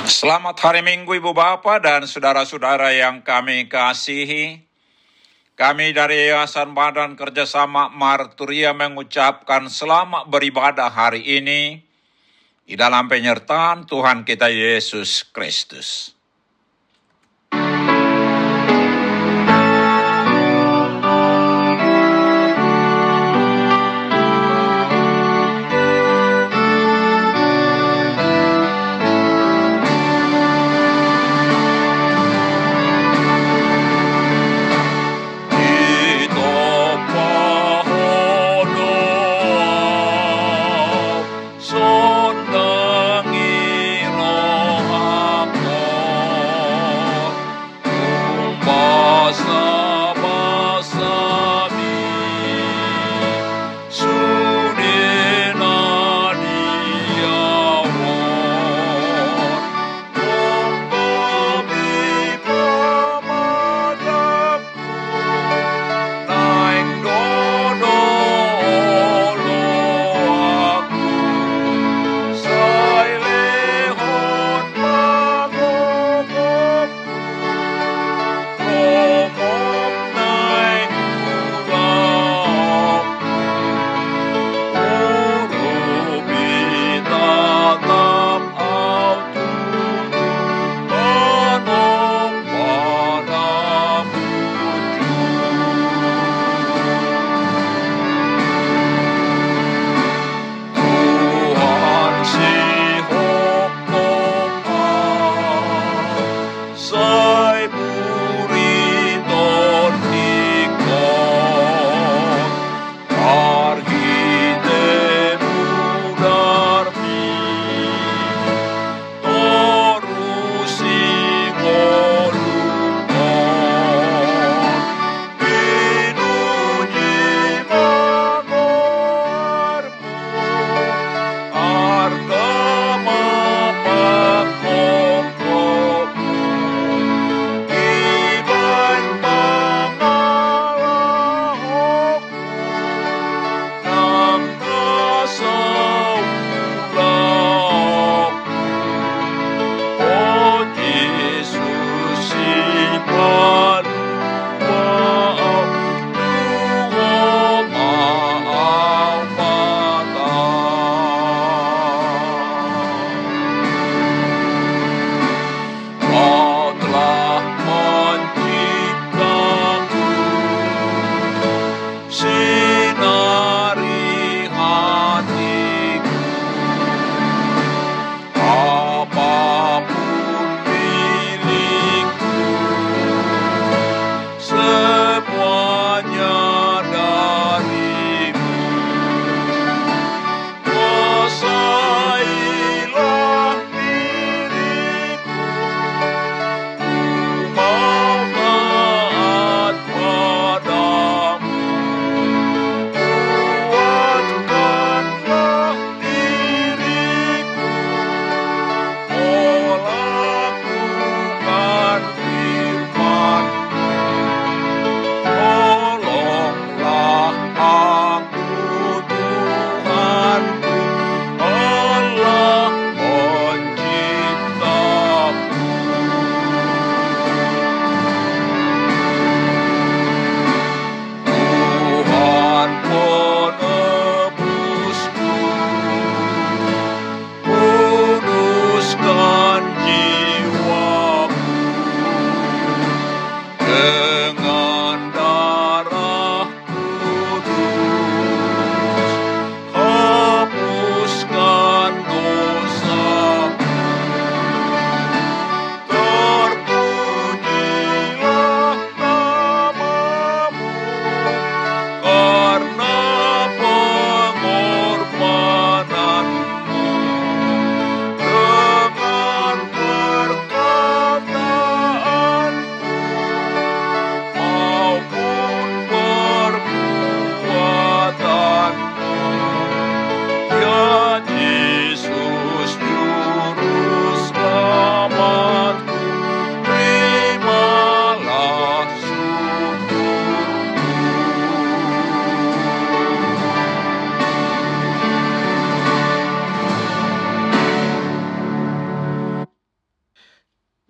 Selamat hari Minggu Ibu Bapak dan saudara-saudara yang kami kasihi. Kami dari Yayasan Badan Kerjasama Marturia mengucapkan selamat beribadah hari ini di dalam penyertaan Tuhan kita Yesus Kristus.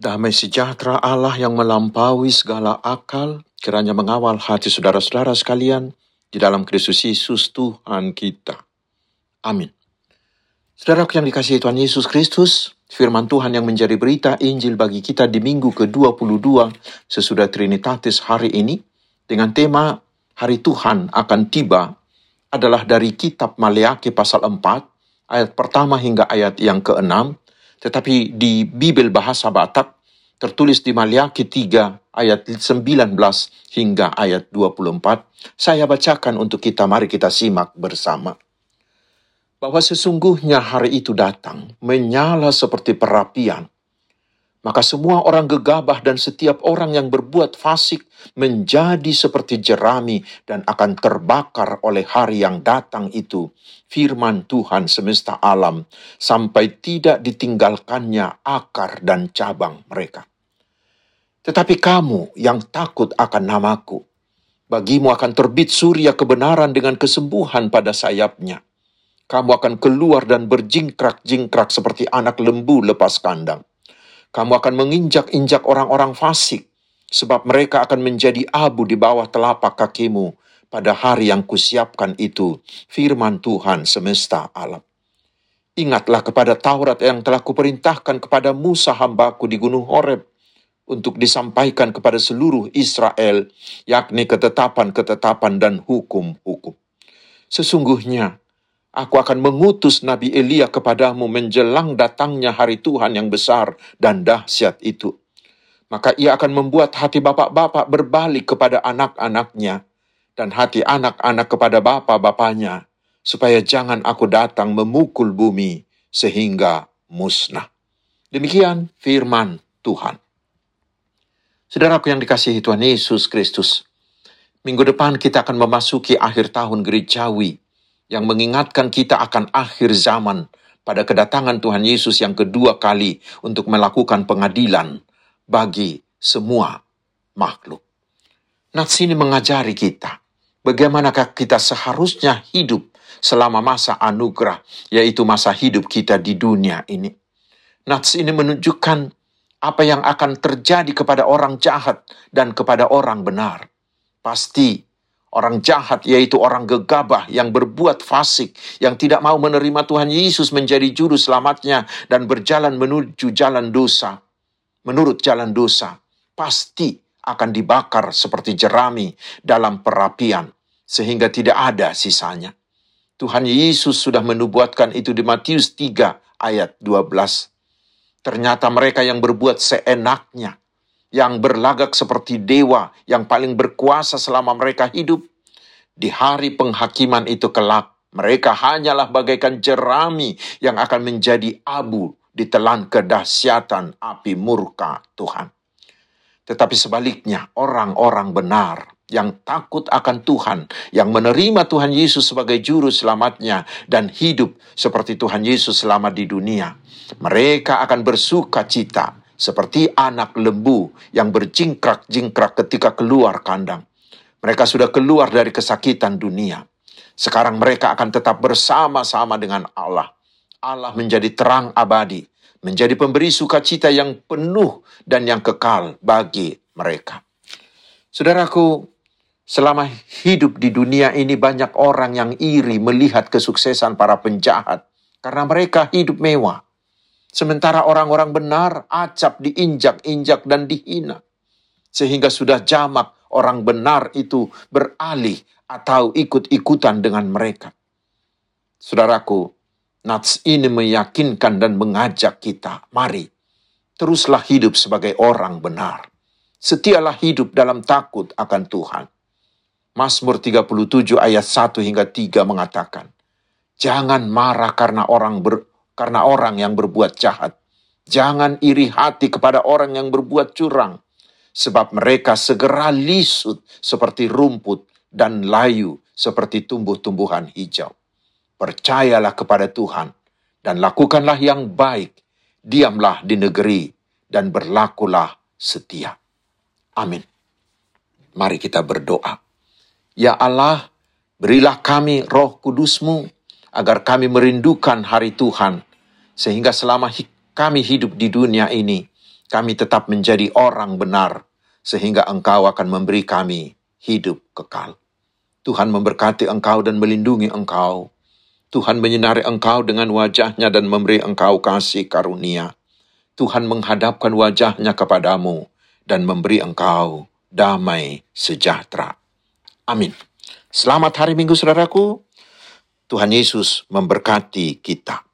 Damai sejahtera Allah yang melampaui segala akal, kiranya mengawal hati saudara-saudara sekalian di dalam Kristus Yesus Tuhan kita. Amin. Saudaraku yang dikasihi Tuhan Yesus Kristus, firman Tuhan yang menjadi berita Injil bagi kita di minggu ke-22 sesudah Trinitatis hari ini, dengan tema Hari Tuhan akan tiba, adalah dari kitab Maleakhi pasal 4, ayat pertama hingga ayat yang ke-6, tetapi di Bibel bahasa Batak tertulis di Maleakhi 3 ayat 19 hingga ayat 24. Saya bacakan untuk kita, mari kita simak bersama. Bahwa sesungguhnya hari itu datang, menyala seperti perapian. Maka semua orang gegabah dan setiap orang yang berbuat fasik menjadi seperti jerami dan akan terbakar oleh hari yang datang itu. Firman Tuhan semesta alam, sampai tidak ditinggalkannya akar dan cabang mereka. Tetapi kamu yang takut akan namaku, bagimu akan terbit surya kebenaran dengan kesembuhan pada sayapnya. Kamu akan keluar dan berjingkrak-jingkrak seperti anak lembu lepas kandang. Kamu akan menginjak-injak orang-orang fasik, sebab mereka akan menjadi abu di bawah telapak kakimu pada hari yang kusiapkan itu. Firman Tuhan semesta alam. Ingatlah kepada Taurat yang telah kuperintahkan kepada Musa hambaku di Gunung Horeb, untuk disampaikan kepada seluruh Israel, yakni ketetapan-ketetapan dan hukum-hukum. Sesungguhnya, aku akan mengutus Nabi Elia kepadamu menjelang datangnya hari Tuhan yang besar dan dahsyat itu. Maka ia akan membuat hati bapak-bapak berbalik kepada anak-anaknya, dan hati anak-anak kepada bapak-bapaknya, supaya jangan aku datang memukul bumi sehingga musnah. Demikian firman Tuhan. Saudaraku yang dikasihi Tuhan Yesus Kristus, minggu depan kita akan memasuki akhir tahun gerejawi, yang mengingatkan kita akan akhir zaman pada kedatangan Tuhan Yesus yang kedua kali untuk melakukan pengadilan bagi semua makhluk. Nats ini mengajari kita bagaimanakah kita seharusnya hidup selama masa anugerah, yaitu masa hidup kita di dunia ini. Nats ini menunjukkan apa yang akan terjadi kepada orang jahat dan kepada orang benar. Pasti orang jahat, yaitu orang gegabah yang berbuat fasik, yang tidak mau menerima Tuhan Yesus menjadi juru selamatnya dan berjalan menuju jalan dosa, menurut jalan dosa, pasti akan dibakar seperti jerami dalam perapian, sehingga tidak ada sisanya. Tuhan Yesus sudah menubuatkan itu di Matius 3 ayat 12. Ternyata mereka yang berbuat seenaknya, yang berlagak seperti dewa yang paling berkuasa selama mereka hidup, di hari penghakiman itu kelak, mereka hanyalah bagaikan jerami yang akan menjadi abu ditelan kedahsyatan api murka Tuhan. Tetapi sebaliknya, orang-orang benar yang takut akan Tuhan, yang menerima Tuhan Yesus sebagai juru selamatnya dan hidup seperti Tuhan Yesus selama di dunia, mereka akan bersuka cita seperti anak lembu yang berjingkrak-jingkrak ketika keluar kandang. Mereka sudah keluar dari kesakitan dunia. Sekarang mereka akan tetap bersama-sama dengan Allah. Allah menjadi terang abadi, menjadi pemberi sukacita yang penuh dan yang kekal bagi mereka. Saudaraku, selama hidup di dunia ini banyak orang yang iri melihat kesuksesan para penjahat karena mereka hidup mewah. Sementara orang-orang benar acap diinjak-injak dan dihina. Sehingga sudah jamak orang benar itu beralih atau ikut-ikutan dengan mereka. Saudaraku, nats ini meyakinkan dan mengajak kita, mari, teruslah hidup sebagai orang benar. Setialah hidup dalam takut akan Tuhan. Mazmur 37 ayat 1 hingga 3 mengatakan, jangan marah karena orang yang berbuat jahat. Jangan iri hati kepada orang yang berbuat curang, sebab mereka segera lisut seperti rumput dan layu seperti tumbuh-tumbuhan hijau. Percayalah kepada Tuhan dan lakukanlah yang baik. Diamlah di negeri dan berlakulah setia. Amin. Mari kita berdoa. Ya Allah, berilah kami Roh Kudus-Mu agar kami merindukan hari Tuhan, sehingga selama kami hidup di dunia ini, kami tetap menjadi orang benar, sehingga Engkau akan memberi kami hidup kekal. Tuhan memberkati Engkau dan melindungi Engkau. Tuhan menyinari Engkau dengan wajah-Nya dan memberi Engkau kasih karunia. Tuhan menghadapkan wajah-Nya kepadamu dan memberi Engkau damai sejahtera. Amin. Selamat hari Minggu, saudaraku. Tuhan Yesus memberkati kita.